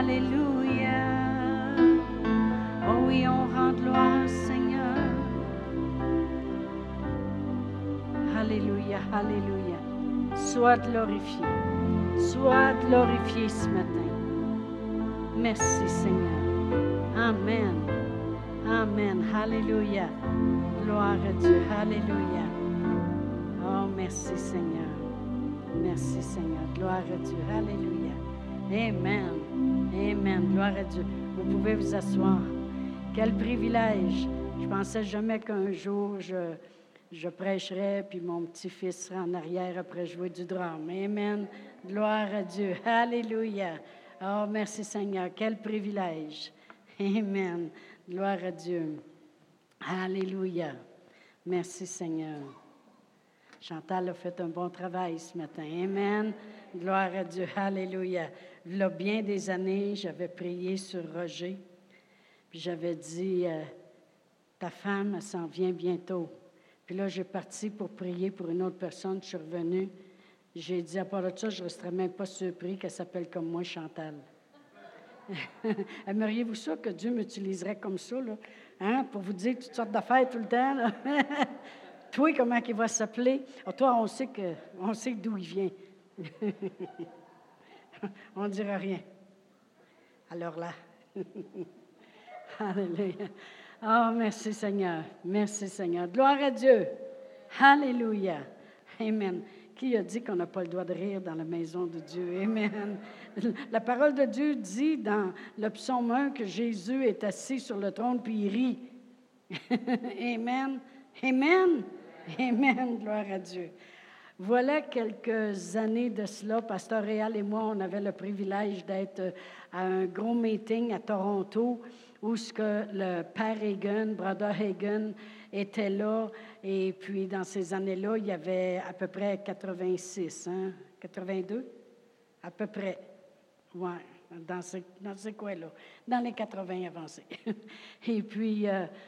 Alléluia. Oh oui, on rend gloire, Seigneur. Alléluia, alléluia. Sois glorifié. Sois glorifié ce matin. Merci, Seigneur. Amen. Amen. Alléluia. Gloire à Dieu. Alléluia. Oh, merci, Seigneur. Merci, Seigneur. Gloire à Dieu. Alléluia. Amen. Amen. Gloire à Dieu. Vous pouvez vous asseoir. Quel privilège. Je pensais jamais qu'un jour je prêcherais, puis mon petit-fils sera en arrière après jouer du drum. Amen. Gloire à Dieu. Alléluia. Oh, merci Seigneur. Quel privilège. Amen. Gloire à Dieu. Alléluia. Merci Seigneur. Chantal a fait un bon travail ce matin. Amen. Gloire à Dieu. Alléluia. Il y a bien des années, j'avais prié sur Roger, puis j'avais dit, ta femme, elle s'en vient bientôt. Puis là, j'ai parti pour prier pour une autre personne. Je suis revenue. J'ai dit, à part de ça, je ne resterais même pas surpris qu'elle s'appelle comme moi, Chantal. Aimeriez-vous ça, que Dieu m'utiliserait comme ça, là? Hein? Pour vous dire toutes sortes d'affaires tout le temps, là? Toi, comment il va s'appeler? Oh, toi, on sait d'où il vient. On ne dira rien. Alors là. Alléluia. Oh, merci Seigneur. Merci Seigneur. Gloire à Dieu. Alléluia. Amen. Qui a dit qu'on n'a pas le droit de rire dans la maison de Dieu? Amen. La parole de Dieu dit dans le psaume 1 que Jésus est assis sur le trône puis il rit. Amen. Amen. Amen. Gloire à Dieu. Voilà quelques années de cela, Pasteur Réal et moi, on avait le privilège d'être à un gros meeting à Toronto où ce que le père Hagin, Brother Hagin, était là. Et puis, dans ces années-là, il y avait à peu près 86, 82? À peu près. Oui, dans ces coins-là. Dans les 80 avancés. Et puis,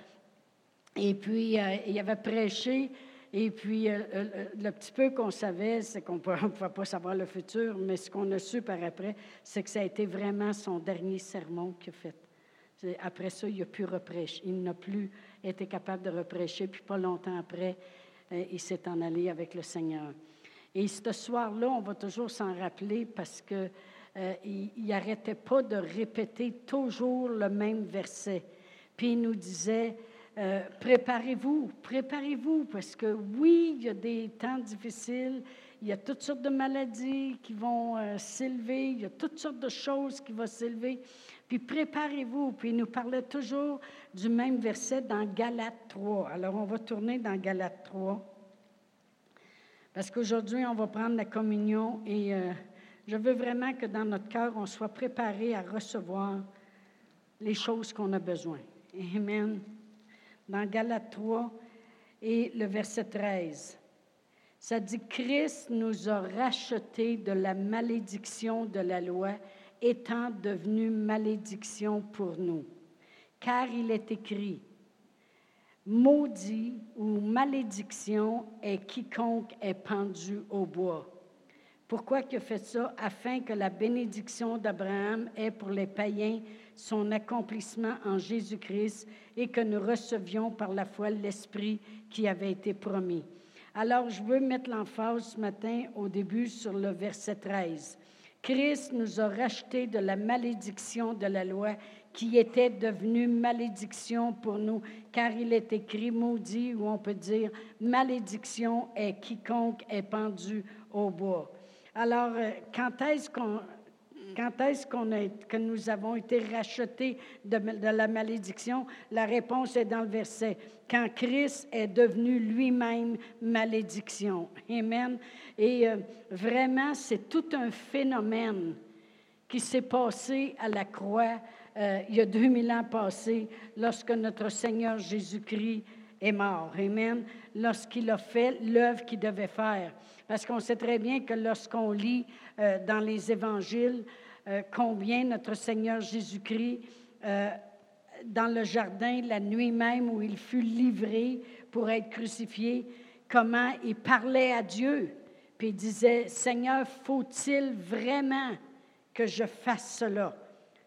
il avait prêché. Et puis, le petit peu qu'on savait, c'est qu'on ne pouvait pas savoir le futur, mais ce qu'on a su par après, c'est que ça a été vraiment son dernier sermon qu'il a fait. Après ça, il n'a plus reprêché. Il n'a plus été capable de reprêcher. Puis pas longtemps après, il s'est en allé avec le Seigneur. Et ce soir-là, on va toujours s'en rappeler parce qu'il n'arrêtait pas de répéter toujours le même verset. Puis il nous disait... préparez-vous, parce que oui, il y a des temps difficiles, il y a toutes sortes de maladies qui vont s'élever, il y a toutes sortes de choses qui vont s'élever, puis préparez-vous. Puis il nous parlait toujours du même verset dans Galates 3. Alors, on va tourner dans Galates 3, parce qu'aujourd'hui, on va prendre la communion et je veux vraiment que dans notre cœur, on soit préparé à recevoir les choses qu'on a besoin. Amen. Dans Galates 3 et le verset 13. Ça dit, Christ nous a rachetés de la malédiction de la loi, étant devenu malédiction pour nous. Car il est écrit, maudit ou malédiction est quiconque est pendu au bois. Pourquoi il a fait ça? Afin que la bénédiction d'Abraham ait pour les païens son accomplissement en Jésus-Christ et que nous recevions par la foi l'Esprit qui avait été promis. Alors, je veux mettre l'emphase ce matin au début sur le verset 13. Christ nous a rachetés de la malédiction de la loi qui était devenue malédiction pour nous, car il est écrit maudit, ou on peut dire malédiction est quiconque est pendu au bois. Alors, quand est-ce que nous avons été rachetés de la malédiction? La réponse est dans le verset. Quand Christ est devenu lui-même malédiction. Amen. Et vraiment, c'est tout un phénomène qui s'est passé à la croix il y a 2000 ans passés, lorsque notre Seigneur Jésus-Christ est mort. Amen. Lorsqu'il a fait l'œuvre qu'il devait faire. Parce qu'on sait très bien que lorsqu'on lit dans les évangiles combien notre Seigneur Jésus-Christ, dans le jardin, la nuit même où il fut livré pour être crucifié, comment il parlait à Dieu. Puis il disait, Seigneur, faut-il vraiment que je fasse cela?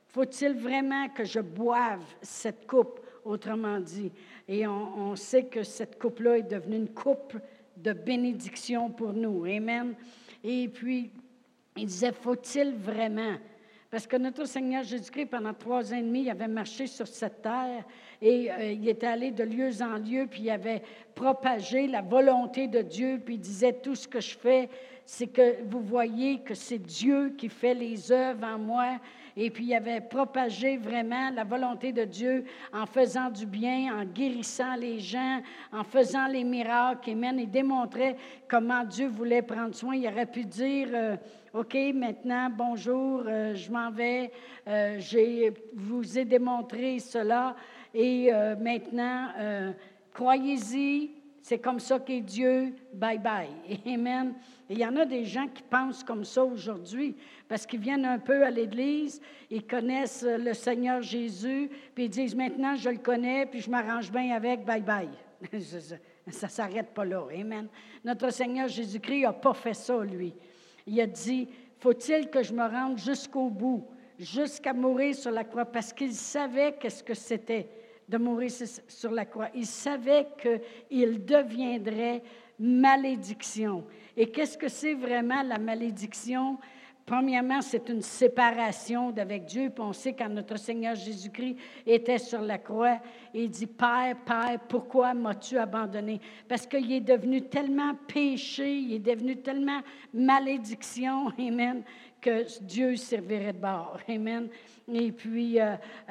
Faut-il vraiment que je boive cette coupe, autrement dit? Et on sait que cette coupe-là est devenue une coupe de bénédiction pour nous. Amen. Et puis, il disait, faut-il vraiment? Parce que notre Seigneur Jésus-Christ, pendant 3 ans et demi, il avait marché sur cette terre et il était allé de lieu en lieu, puis il avait propagé la volonté de Dieu, puis il disait, tout ce que je fais, c'est que vous voyez que c'est Dieu qui fait les œuvres en moi. Et puis, il avait propagé vraiment la volonté de Dieu en faisant du bien, en guérissant les gens, en faisant les miracles. Amen. Il démontrait comment Dieu voulait prendre soin. Il aurait pu dire, OK, maintenant, bonjour, je m'en vais, vous ai démontré cela et maintenant, croyez-y, c'est comme ça qu'est Dieu, bye bye. Amen. Et il y en a des gens qui pensent comme ça aujourd'hui parce qu'ils viennent un peu à l'Église, ils connaissent le Seigneur Jésus, puis ils disent maintenant je le connais, puis je m'arrange bien avec, bye bye. Ça ne s'arrête pas là. Amen. Notre Seigneur Jésus-Christ n'a pas fait ça, lui. Il a dit, faut-il que je me rende jusqu'au bout, jusqu'à mourir sur la croix, parce qu'il savait qu'est-ce que c'était de mourir sur la croix. Il savait qu'il deviendrait malédiction. Et qu'est-ce que c'est vraiment la malédiction? Premièrement, c'est une séparation d'avec Dieu. Puis on sait quand notre Seigneur Jésus-Christ était sur la croix, il dit, Père, Père, pourquoi m'as-tu abandonné? Parce qu'il est devenu tellement péché, il est devenu tellement malédiction, amen, que Dieu servirait de bord, amen. Et puis,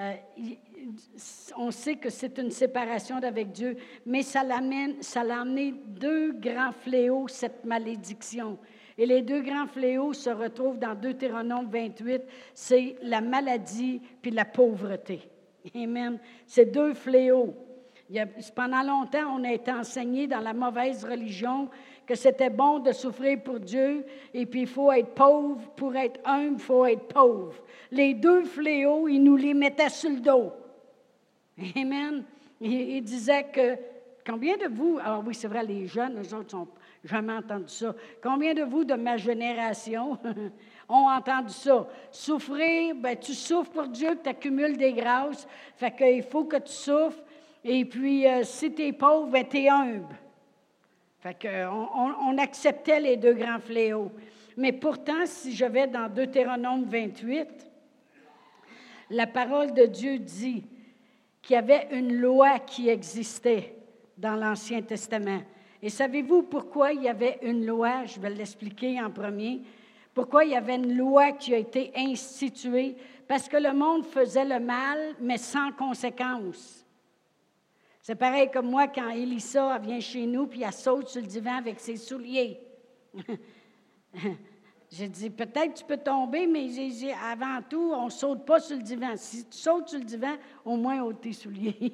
on sait que c'est une séparation d'avec Dieu, mais ça l'a amené 2 grands fléaux, cette malédiction. Et les 2 grands fléaux se retrouvent dans Deutéronome 28, c'est la maladie puis la pauvreté. Amen. C'est 2 fléaux. Pendant longtemps, on a été enseigné dans la mauvaise religion que c'était bon de souffrir pour Dieu et puis il faut être pauvre. Pour être humble, il faut être pauvre. Les 2 fléaux, ils nous les mettaient sur le dos. Amen. Il disait que, combien de vous, alors oui, c'est vrai, les jeunes, eux autres n'ont jamais entendu ça. Combien de vous de ma génération ont entendu ça? Souffrir, bien, tu souffres pour Dieu, tu accumules des grâces, fait qu'il faut que tu souffres. Et puis, si tu es pauvre, bien, tu es humble. Fait qu'on acceptait les 2 grands fléaux. Mais pourtant, si je vais dans Deutéronome 28, la parole de Dieu dit qu'il y avait une loi qui existait dans l'Ancien Testament. Et savez-vous pourquoi il y avait une loi? Je vais l'expliquer en premier. Pourquoi il y avait une loi qui a été instituée? Parce que le monde faisait le mal, mais sans conséquence. C'est pareil comme moi quand Élissa elle vient chez nous puis elle saute sur le divan avec ses souliers. J'ai dit, peut-être tu peux tomber, mais j'ai dit, avant tout, on ne saute pas sur le divan. Si tu sautes sur le divan, au moins ôte tes souliers.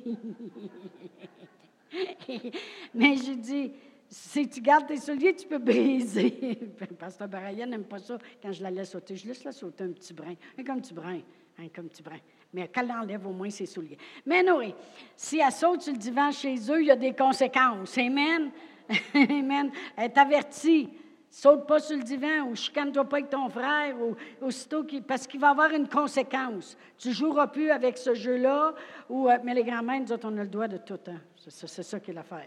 Mais j'ai dit, si tu gardes tes souliers, tu peux briser. Pasteur Baraya n'aime pas ça quand je la laisse sauter. Je laisse la sauter un petit brin, comme petit brin, comme petit brin. Mais qu'elle enlève au moins ses souliers. Mais non, oui, si elle saute sur le divan chez eux, il y a des conséquences. Amen. Amen. Elle est avertie. Saute pas sur le divan ou chicane-toi pas avec ton frère ou aussitôt parce qu'il va y avoir une conséquence. Tu ne joueras plus avec ce jeu-là. Mais les grands-mères, nous autres, on a le droit de tout. Hein. C'est ça qui est l'affaire.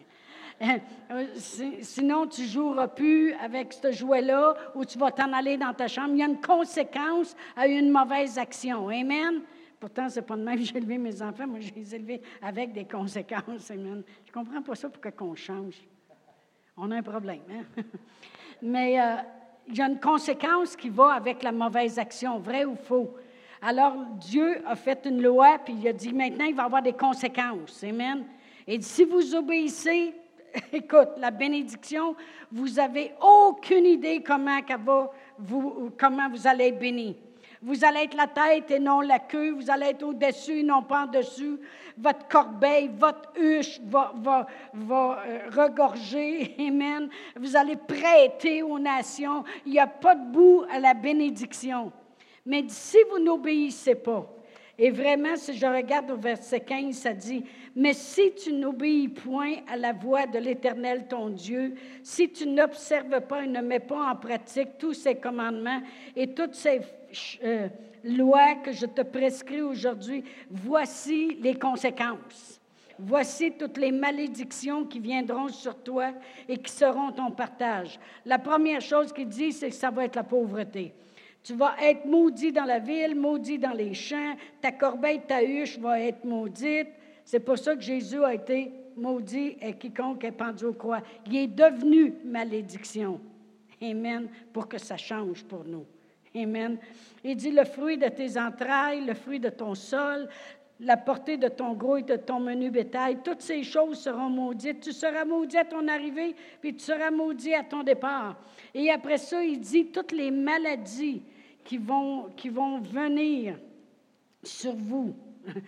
Sinon, tu ne joueras plus avec ce jouet-là ou tu vas t'en aller dans ta chambre. Il y a une conséquence à une mauvaise action. Amen. Pourtant, ce n'est pas de même que j'ai élevé mes enfants. Moi, je les ai élevés avec des conséquences. Amen. Je ne comprends pas ça pour qu'on change. On a un problème. Hein? Mais il y a une conséquence qui va avec la mauvaise action, vrai ou faux. Alors, Dieu a fait une loi, puis il a dit, maintenant, il va y avoir des conséquences. Amen. Et si vous obéissez, écoute, la bénédiction, vous n'avez aucune idée comment vous allez être béni. Vous allez être la tête et non la queue. Vous allez être au-dessus et non pas en dessous. Votre corbeille, votre huche va regorger. Amen. Vous allez prêter aux nations. Il n'y a pas de bout à la bénédiction. Mais si vous n'obéissez pas, et vraiment, si je regarde au verset 15, ça dit, « Mais si tu n'obéis point à la voix de l'Éternel ton Dieu, si tu n'observes pas et ne mets pas en pratique tous ses commandements et toutes ses loi que je te prescris aujourd'hui, voici les conséquences. Voici toutes les malédictions qui viendront sur toi et qui seront ton partage. La première chose qu'il dit, c'est que ça va être la pauvreté. Tu vas être maudit dans la ville, maudit dans les champs, ta corbeille, ta huche va être maudite. C'est pour ça que Jésus a été maudit et quiconque est pendu aux croix. Il est devenu malédiction. Amen, pour que ça change pour nous. Amen. Il dit le fruit de tes entrailles, le fruit de ton sol, la portée de ton gros et de ton menu bétail, toutes ces choses seront maudites. Tu seras maudit à ton arrivée, puis tu seras maudit à ton départ. Et après ça, il dit toutes les maladies qui vont venir sur vous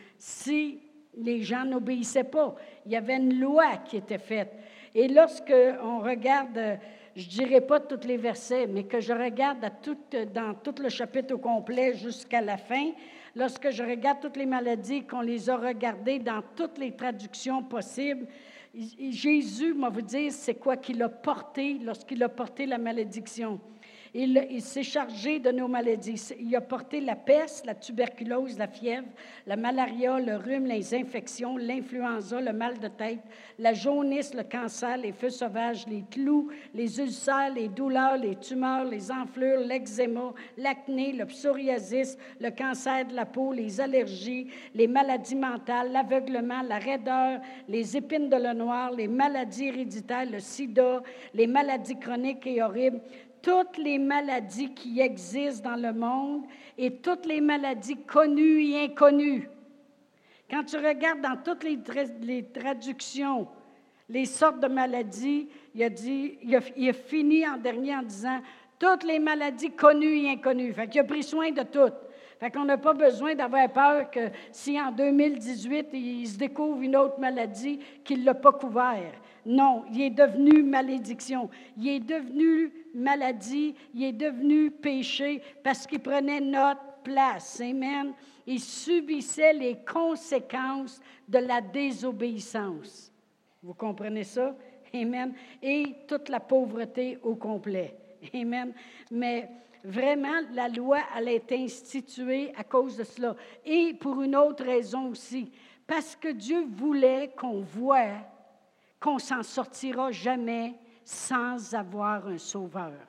si les gens n'obéissaient pas. Il y avait une loi qui était faite. Et lorsque on regarde, je ne dirai pas tous les versets, mais que je regarde dans tout le chapitre au complet jusqu'à la fin, lorsque je regarde toutes les maladies, qu'on les a regardées dans toutes les traductions possibles, Jésus, moi vous dire, c'est quoi qu'il a porté lorsqu'il a porté la malédiction. Il s'est chargé de nos maladies. Il a porté la peste, la tuberculose, la fièvre, la malaria, le rhume, les infections, l'influenza, le mal de tête, la jaunisse, le cancer, les feux sauvages, les clous, les ulcères, les douleurs, les tumeurs, les enflures, l'eczéma, l'acné, le psoriasis, le cancer de la peau, les allergies, les maladies mentales, l'aveuglement, la raideur, les épines de l'œil noir, les maladies héréditaires, le sida, les maladies chroniques et horribles, toutes les maladies qui existent dans le monde et toutes les maladies connues et inconnues. Quand tu regardes dans toutes les traductions, les sortes de maladies, il a fini en dernier en disant toutes les maladies connues et inconnues. Fait qu'il a pris soin de toutes. Fait qu'on n'a pas besoin d'avoir peur que si en 2018, il se découvre une autre maladie qu'il ne l'a pas couvert. Non, il est devenu malédiction. Il est devenu maladie, il est devenu péché parce qu'il prenait notre place. Amen. Il subissait les conséquences de la désobéissance. Vous comprenez ça? Amen. Et toute la pauvreté au complet. Amen. Mais vraiment, la loi, elle a été instituée à cause de cela. Et pour une autre raison aussi. Parce que Dieu voulait qu'on voie qu'on ne s'en sortira jamais sans avoir un sauveur.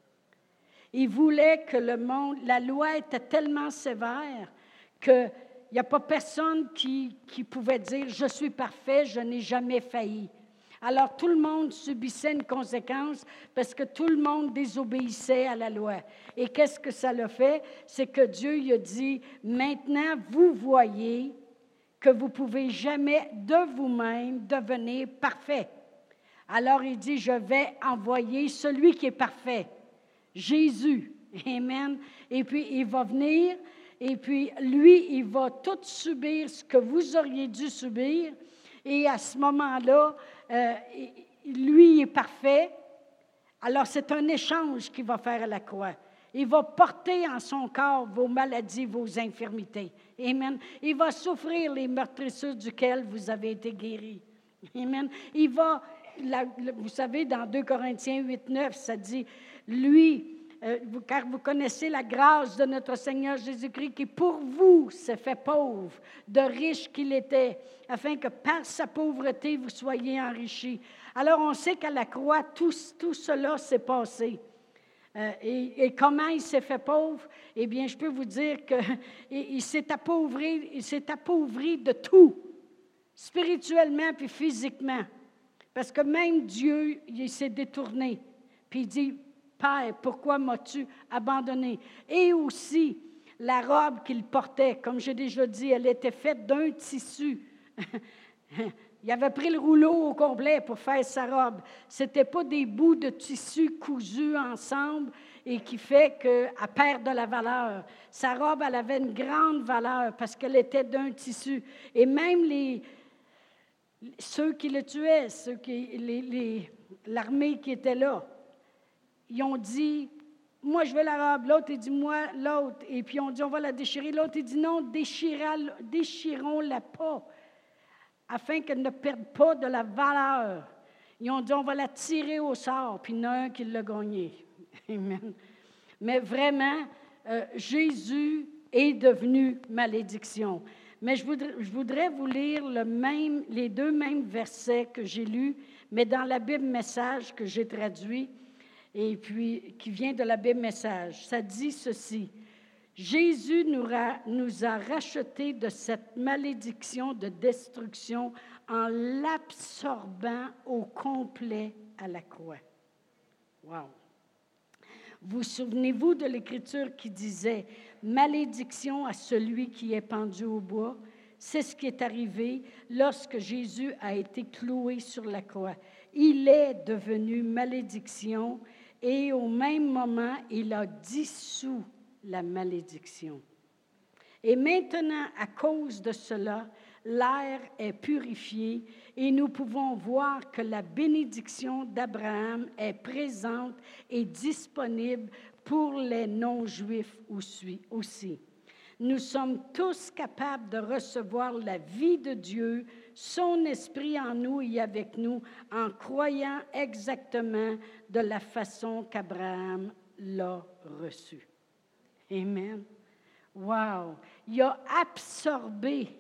Il voulait que le monde, la loi était tellement sévère qu'il n'y a pas personne qui pouvait dire « je suis parfait, je n'ai jamais failli ». Alors, tout le monde subissait une conséquence parce que tout le monde désobéissait à la loi. Et qu'est-ce que ça l'a fait? C'est que Dieu il a dit « maintenant, vous voyez que vous ne pouvez jamais de vous-même devenir parfait. » Alors, il dit « je vais envoyer celui qui est parfait, Jésus. » Amen. Et puis, il va venir, et puis, lui, il va tout subir ce que vous auriez dû subir. Et à ce moment-là, lui, il est parfait. Alors, c'est un échange qu'il va faire à la croix. Il va porter en son corps vos maladies, vos infirmités. Amen. Il va souffrir les meurtrissures duquel vous avez été guéris. Amen. Il va, vous savez, dans 2 Corinthiens 8, 9, ça dit, lui, car vous connaissez la grâce de notre Seigneur Jésus-Christ qui pour vous s'est fait pauvre, de riche qu'il était, afin que par sa pauvreté vous soyez enrichis. Alors on sait qu'à la croix, tout cela s'est passé. Et comment il s'est fait pauvre? Eh bien, je peux vous dire qu'il s'est appauvri de tout, spirituellement puis physiquement. Parce que même Dieu, il s'est détourné. Puis il dit, Père, pourquoi m'as-tu abandonné? Et aussi, la robe qu'il portait, comme j'ai déjà dit, elle était faite d'un tissu. Il avait pris le rouleau au complet pour faire sa robe. Ce n'était pas des bouts de tissu cousus ensemble et qui fait qu'elle perd de la valeur. Sa robe, elle avait une grande valeur parce qu'elle était d'un tissu. Et même ceux qui le tuaient, l'armée qui était là, ils ont dit, moi je veux la robe. L'autre, il dit, moi, l'autre. Et puis on dit, on va la déchirer. L'autre, il dit, non, déchirons-la pas, afin qu'elle ne perde pas de la valeur. Ils ont dit, on va la tirer au sort, puis il y en a un qui l'a gagné. Amen. Mais vraiment, Jésus est devenu malédiction. Mais je voudrais vous lire les deux mêmes versets que j'ai lus, mais dans la Bible Message que j'ai traduit, et puis qui vient de la Bible Message. Ça dit ceci: Jésus nous a rachetés de cette malédiction de destruction en l'absorbant au complet à la croix. Wow! Vous souvenez-vous de l'Écriture qui disait « Malédiction à celui qui est pendu au bois ». C'est ce qui est arrivé lorsque Jésus a été cloué sur la croix. Il est devenu malédiction et au même moment, il a dissous la malédiction. Et maintenant, à cause de cela, l'air est purifié et nous pouvons voir que la bénédiction d'Abraham est présente et disponible pour les non-juifs aussi. Nous sommes tous capables de recevoir la vie de Dieu, son esprit en nous et avec nous, en croyant exactement de la façon qu'Abraham l'a reçu. Amen. Wow! Il a absorbé.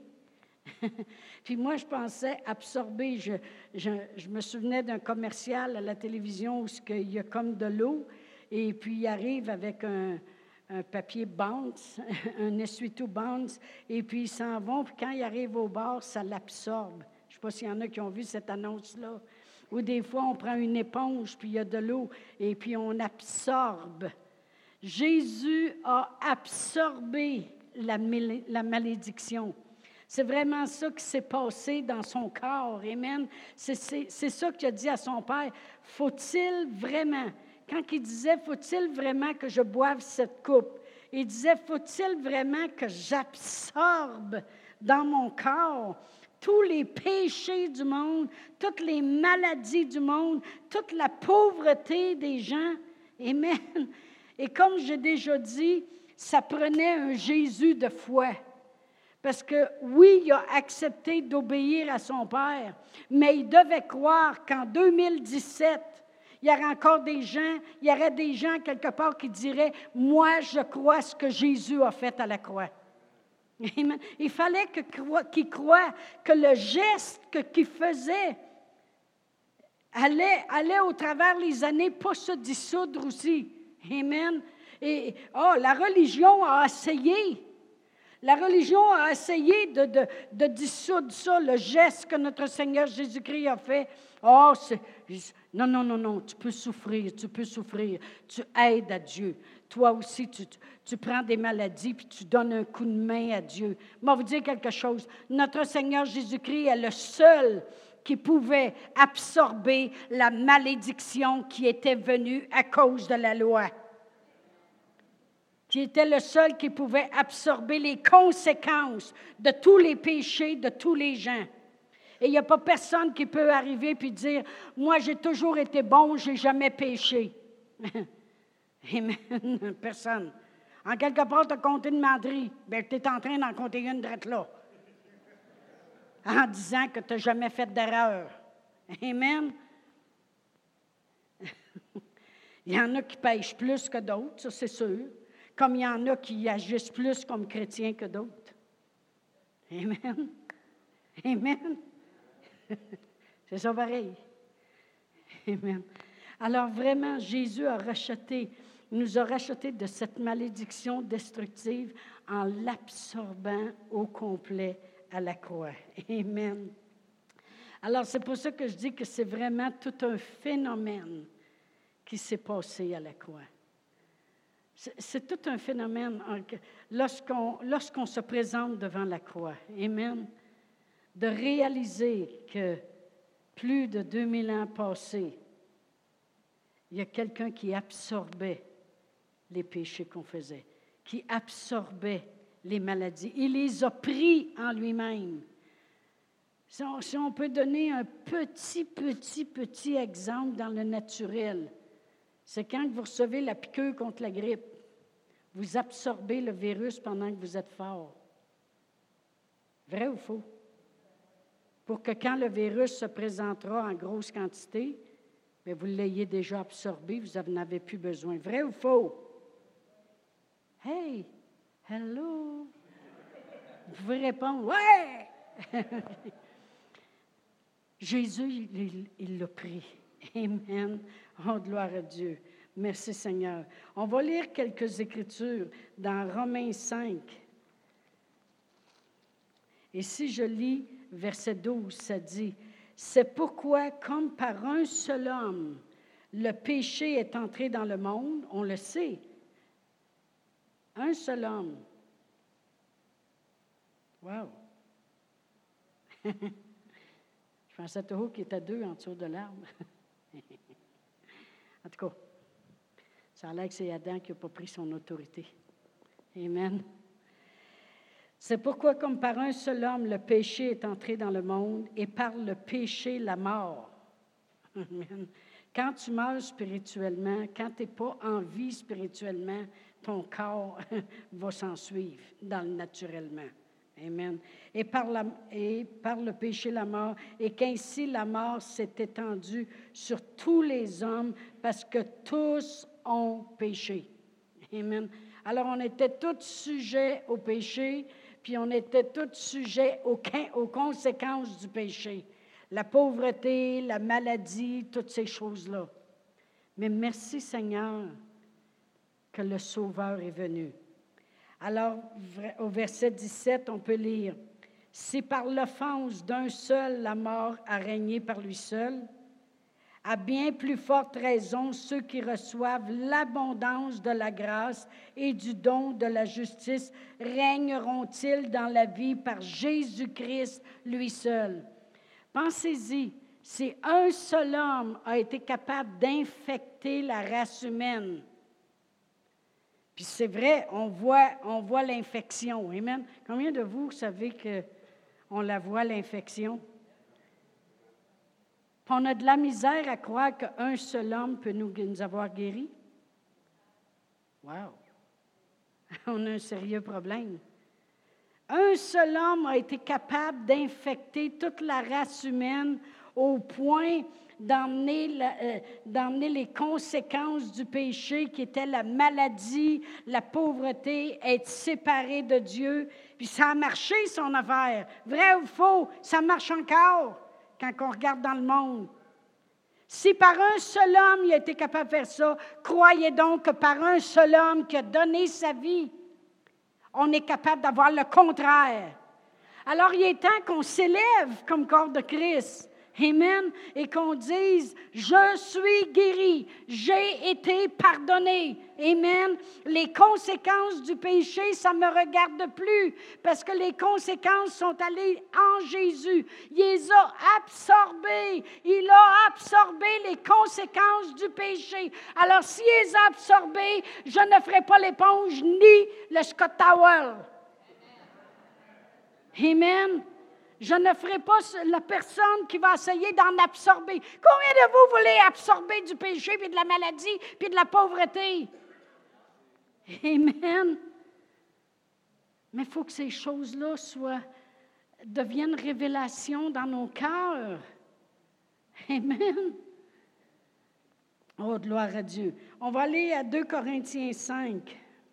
Puis moi, je pensais absorber. Je me souvenais d'un commercial à la télévision où il y a comme de l'eau, et puis il arrive avec un papier Bounce, un essuie-tout Bounce, et puis ils s'en vont, puis quand ils arrivent au bord, ça l'absorbe. Je ne sais pas s'il y en a qui ont vu cette annonce-là. Ou des fois, on prend une éponge, puis il y a de l'eau, et puis on absorbe. Jésus a absorbé la malédiction. C'est vraiment ça qui s'est passé dans son corps. Amen. C'est ça qu'il a dit à son Père. Faut-il vraiment, quand il disait, faut-il vraiment que je boive cette coupe? Il disait, faut-il vraiment que j'absorbe dans mon corps tous les péchés du monde, toutes les maladies du monde, toute la pauvreté des gens? Amen. Et comme j'ai déjà dit, ça prenait un Jésus de foi. Parce que, oui, il a accepté d'obéir à son Père, mais il devait croire qu'en 2017, il y aurait des gens quelque part qui diraient « Moi, je crois ce que Jésus a fait à la croix. » Amen. Il fallait qu'il croie que le geste qu'il faisait allait au travers les années pas se dissoudre aussi. Amen. Et la religion a essayé. La religion a essayé de dissoudre ça, le geste que notre Seigneur Jésus-Christ a fait. Non, tu peux souffrir. Tu aides à Dieu. Toi aussi, tu prends des maladies puis tu donnes un coup de main à Dieu. Mais je vais vous dire quelque chose. Notre Seigneur Jésus-Christ est le seul qui pouvait absorber la malédiction qui était venue à cause de la loi. Qui était le seul qui pouvait absorber les conséquences de tous les péchés de tous les gens. Et il n'y a pas personne qui peut arriver et dire « Moi, j'ai toujours été bon, je n'ai jamais péché. » Amen. Personne. En quelque part, tu as compté une menterie. Bien, tu es en train d'en compter une drette là. En disant que tu n'as jamais fait d'erreur. Amen. Il y en a qui pêchent plus que d'autres, ça c'est sûr. Comme il y en a qui agissent plus comme chrétiens que d'autres. Amen. Amen. C'est ça pareil. Amen. Alors vraiment, Jésus nous a rachetés de cette malédiction destructive en l'absorbant au complet à la croix. Amen. Alors c'est pour ça que je dis que c'est vraiment tout un phénomène qui s'est passé à la croix. C'est tout un phénomène lorsqu'on se présente devant la croix. Amen. De réaliser que plus de 2000 ans passés, il y a quelqu'un qui absorbait les péchés qu'on faisait, qui absorbait les maladies. Il les a pris en lui-même. Si on peut donner un petit exemple dans le naturel, c'est quand vous recevez la piqûre contre la grippe, vous absorbez le virus pendant que vous êtes fort. Vrai ou faux? Pour que quand le virus se présentera en grosse quantité, bien, vous l'ayez déjà absorbé, vous n'en avez plus besoin. Vrai ou faux? Hey! Hello? Vous pouvez répondre, ouais! Jésus, il l'a pris. Amen. Oh, gloire à Dieu. Merci Seigneur. On va lire quelques écritures dans Romains 5. Et si je lis verset 12, ça dit, « C'est pourquoi, comme par un seul homme, le péché est entré dans le monde, on le sait. Un seul homme. » Wow! Je pensais toujours qu'il était deux en dessous de l'arbre. En tout cas, ça a l'air que c'est Adam qui n'a pas pris son autorité. Amen. C'est pourquoi, comme par un seul homme, le péché est entré dans le monde, et par le péché, la mort. Amen. Quand tu meurs spirituellement, quand tu n'es pas en vie spirituellement, ton corps va s'en suivre naturellement. Amen. Et par le péché, la mort, et qu'ainsi la mort s'est étendue sur tous les hommes, parce que tous ont péché. Amen. Alors, on était tous sujets au péché, puis on était tous sujets aux conséquences du péché. La pauvreté, la maladie, toutes ces choses-là. Mais merci Seigneur que le Sauveur est venu. Alors, au verset 17, on peut lire, « Si par l'offense d'un seul la mort a régné par lui seul, à bien plus forte raison ceux qui reçoivent l'abondance de la grâce et du don de la justice régneront-ils dans la vie par Jésus-Christ lui seul. » Pensez-y, si un seul homme a été capable d'infecter la race humaine, puis c'est vrai, on voit l'infection. Amen. Combien de vous savez qu'on la voit, l'infection? Puis on a de la misère à croire qu'un seul homme peut nous avoir guéris. Wow! On a un sérieux problème. Un seul homme a été capable d'infecter toute la race humaine au point d'emmener les conséquences du péché qui étaient la maladie, la pauvreté, être séparé de Dieu. Puis ça a marché, son affaire. Vrai ou faux, ça marche encore quand on regarde dans le monde. Si par un seul homme il a été capable de faire ça, croyez donc que par un seul homme qui a donné sa vie, on est capable d'avoir le contraire. Alors, il est temps qu'on s'élève comme corps de Christ. Amen. Et qu'on dise, je suis guéri, j'ai été pardonné. Amen. Les conséquences du péché, ça ne me regarde plus parce que les conséquences sont allées en Jésus. Il les a absorbées. Il a absorbé les conséquences du péché. Alors, s'il les a absorbées, je ne ferai pas l'éponge ni le Scott Towel. Amen. Je ne ferai pas la personne qui va essayer d'en absorber. Combien de vous voulez absorber du péché, puis de la maladie, puis de la pauvreté? Amen. Mais il faut que ces choses-là deviennent révélation dans nos cœurs. Amen. Oh, gloire à Dieu. On va aller à 2 Corinthiens 5.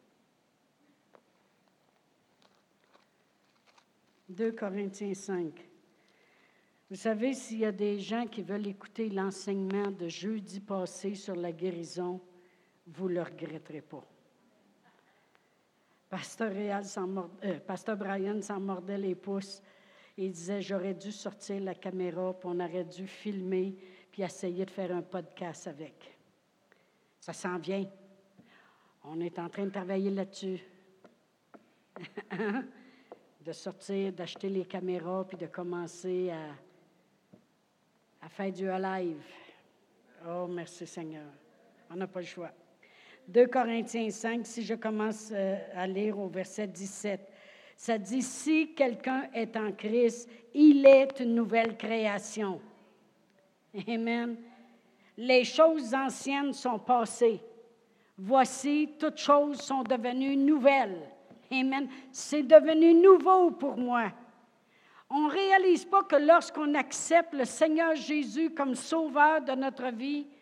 2 Corinthiens 5. Vous savez, s'il y a des gens qui veulent écouter l'enseignement de jeudi passé sur la guérison, vous ne le regretterez pas. Pasteur Brian s'en mordait les pouces. Il disait, j'aurais dû sortir la caméra, puis on aurait dû filmer, puis essayer de faire un podcast avec. Ça s'en vient. On est en train de travailler là-dessus. De sortir, d'acheter les caméras, puis de commencer à faire du live. Oh, merci Seigneur. On n'a pas le choix. 2 Corinthiens 5, si je commence à lire au verset 17, ça dit, « Si quelqu'un est en Christ, il est une nouvelle création. » Amen. Les choses anciennes sont passées. Voici, toutes choses sont devenues nouvelles. Amen. C'est devenu nouveau pour moi. On ne réalise pas que lorsqu'on accepte le Seigneur Jésus comme sauveur de notre vie,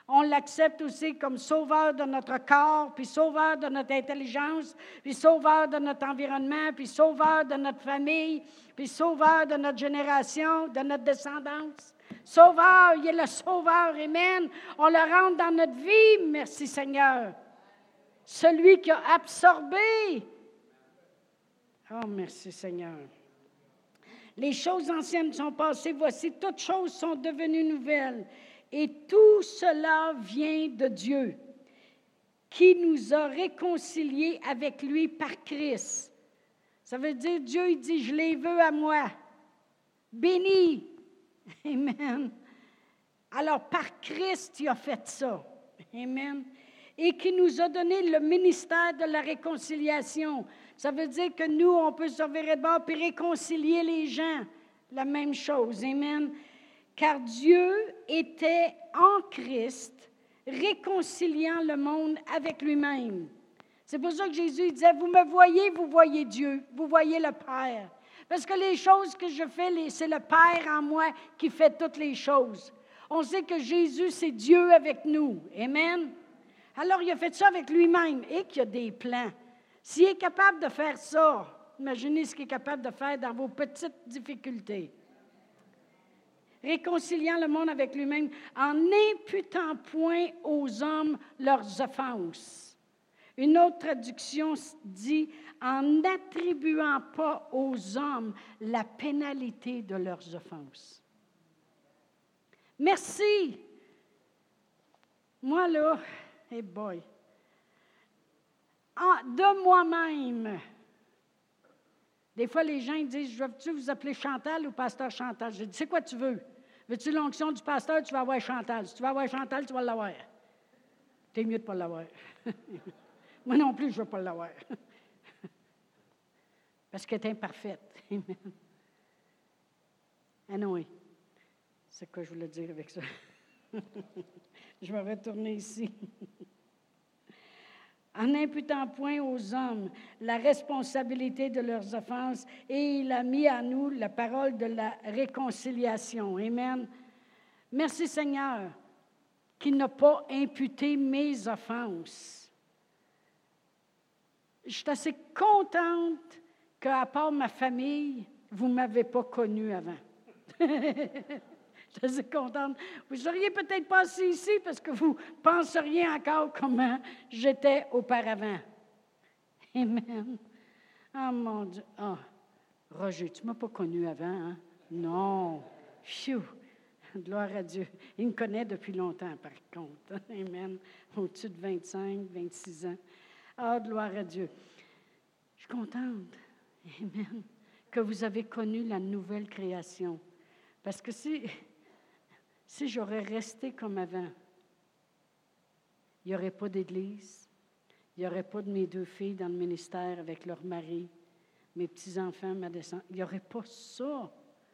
On l'accepte aussi comme sauveur de notre corps, puis sauveur de notre intelligence, puis sauveur de notre environnement, puis sauveur de notre famille, puis sauveur de notre génération, de notre descendance. Sauveur, il est le sauveur, amen. On le rentre dans notre vie, merci Seigneur. Celui qui a absorbé. Oh, merci Seigneur. Les choses anciennes sont passées, voici, toutes choses sont devenues nouvelles. Et tout cela vient de Dieu, qui nous a réconciliés avec lui par Christ. Ça veut dire, Dieu, il dit, je les veux à moi. Béni. Amen. Alors, par Christ, il a fait ça. Amen. Et qui nous a donné le ministère de la réconciliation. Ça veut dire que nous, on peut se revirer de bord et réconcilier les gens. La même chose. Amen. Car Dieu était en Christ, réconciliant le monde avec lui-même. C'est pour ça que Jésus disait, vous me voyez, vous voyez Dieu, vous voyez le Père. Parce que les choses que je fais, c'est le Père en moi qui fait toutes les choses. On sait que Jésus, c'est Dieu avec nous. Amen. Alors, il a fait ça avec lui-même et qu'il y a des plans. S'il est capable de faire ça, imaginez ce qu'il est capable de faire dans vos petites difficultés. Réconciliant le monde avec lui-même en n'imputant point aux hommes leurs offenses. Une autre traduction dit en n'attribuant pas aux hommes la pénalité de leurs offenses. Merci. Moi, là, hey boy, de moi-même. Des fois, les gens ils disent, je veux-tu vous appeler Chantal ou pasteur Chantal? Je dis, c'est quoi tu veux? Veux-tu l'onction du pasteur? Tu vas avoir Chantal. Si tu vas avoir Chantal, tu vas l'avoir. T'es mieux de ne pas l'avoir. Moi non plus, je ne veux pas l'avoir. Parce qu'elle est imparfaite. Amen. Ah non, oui. C'est quoi je voulais dire avec ça? Je vais retourner ici. En n'imputant point aux hommes la responsabilité de leurs offenses, et il a mis à nous la parole de la réconciliation. Amen. Merci Seigneur, qu'il n'a pas imputé mes offenses. Je suis assez contente qu'à part ma famille, vous ne m'avez pas connue avant. Je suis contente. Vous ne seriez peut-être pas assis ici parce que vous ne penseriez encore comment j'étais auparavant. Amen. Oh mon Dieu. Oh, Roger, tu ne m'as pas connu avant, hein? Non. Phew. Gloire à Dieu. Il me connaît depuis longtemps, par contre. Amen. Au-dessus de 25, 26 ans. Ah, gloire à Dieu. Je suis contente. Amen. Que vous avez connu la nouvelle création. Parce que si j'aurais resté comme avant, il n'y aurait pas d'église, il n'y aurait pas de mes 2 filles dans le ministère avec leur mari, mes petits-enfants, ma descendance. Il n'y aurait pas ça.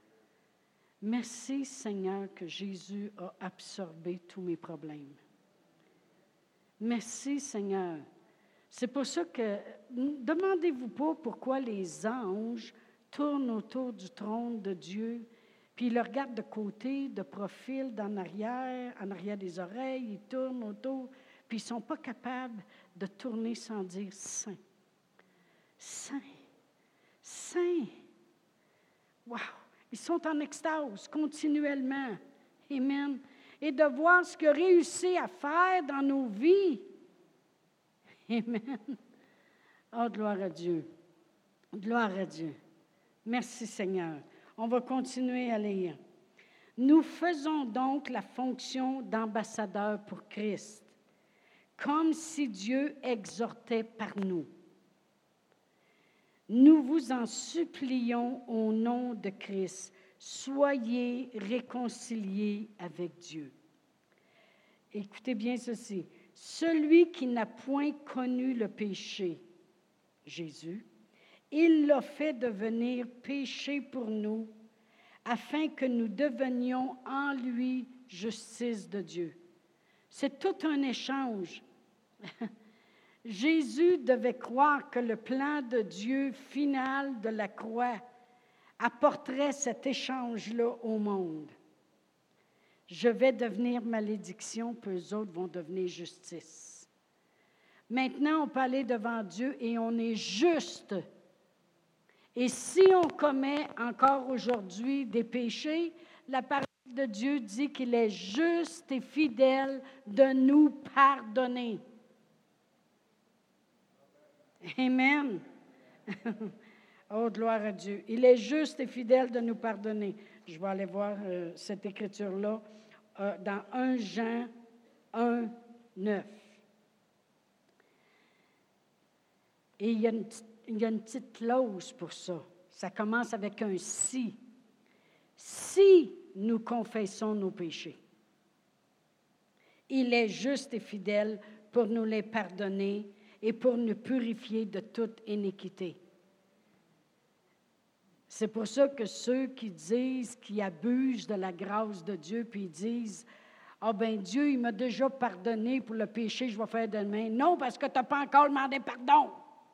Merci Seigneur que Jésus a absorbé tous mes problèmes. Merci Seigneur. C'est pour ça que, demandez-vous pas pourquoi les anges tournent autour du trône de Dieu, puis ils le regardent de côté, de profil, en arrière des oreilles, ils tournent autour, puis ils ne sont pas capables de tourner sans dire « Saint, Saint, Saint ». Wow! Ils sont en extase continuellement. Amen. Et de voir ce qu'il a réussi à faire dans nos vies. Amen. Oh, gloire à Dieu. Gloire à Dieu. Merci Seigneur. On va continuer à lire. Nous faisons donc la fonction d'ambassadeur pour Christ, comme si Dieu exhortait par nous. Nous vous en supplions au nom de Christ, soyez réconciliés avec Dieu. Écoutez bien ceci. Celui qui n'a point connu le péché, Jésus, il l'a fait devenir péché pour nous, afin que nous devenions en lui justice de Dieu. C'est tout un échange. Jésus devait croire que le plan de Dieu final de la croix apporterait cet échange-là au monde. Je vais devenir malédiction, puis eux autres vont devenir justice. Maintenant, on peut aller devant Dieu et on est juste. Et si on commet encore aujourd'hui des péchés, la parole de Dieu dit qu'il est juste et fidèle de nous pardonner. Amen. Oh, gloire à Dieu. Il est juste et fidèle de nous pardonner. Je vais aller voir cette écriture-là dans 1 Jean 1, 9. Et il y a une petite clause pour ça. Ça commence avec un « si ». Si nous confessons nos péchés, il est juste et fidèle pour nous les pardonner et pour nous purifier de toute iniquité. C'est pour ça que ceux qui disent, qui abusent de la grâce de Dieu, puis ils disent, « Ah ben Dieu, il m'a déjà pardonné pour le péché, je vais faire demain. » Non, parce que tu n'as pas encore demandé pardon.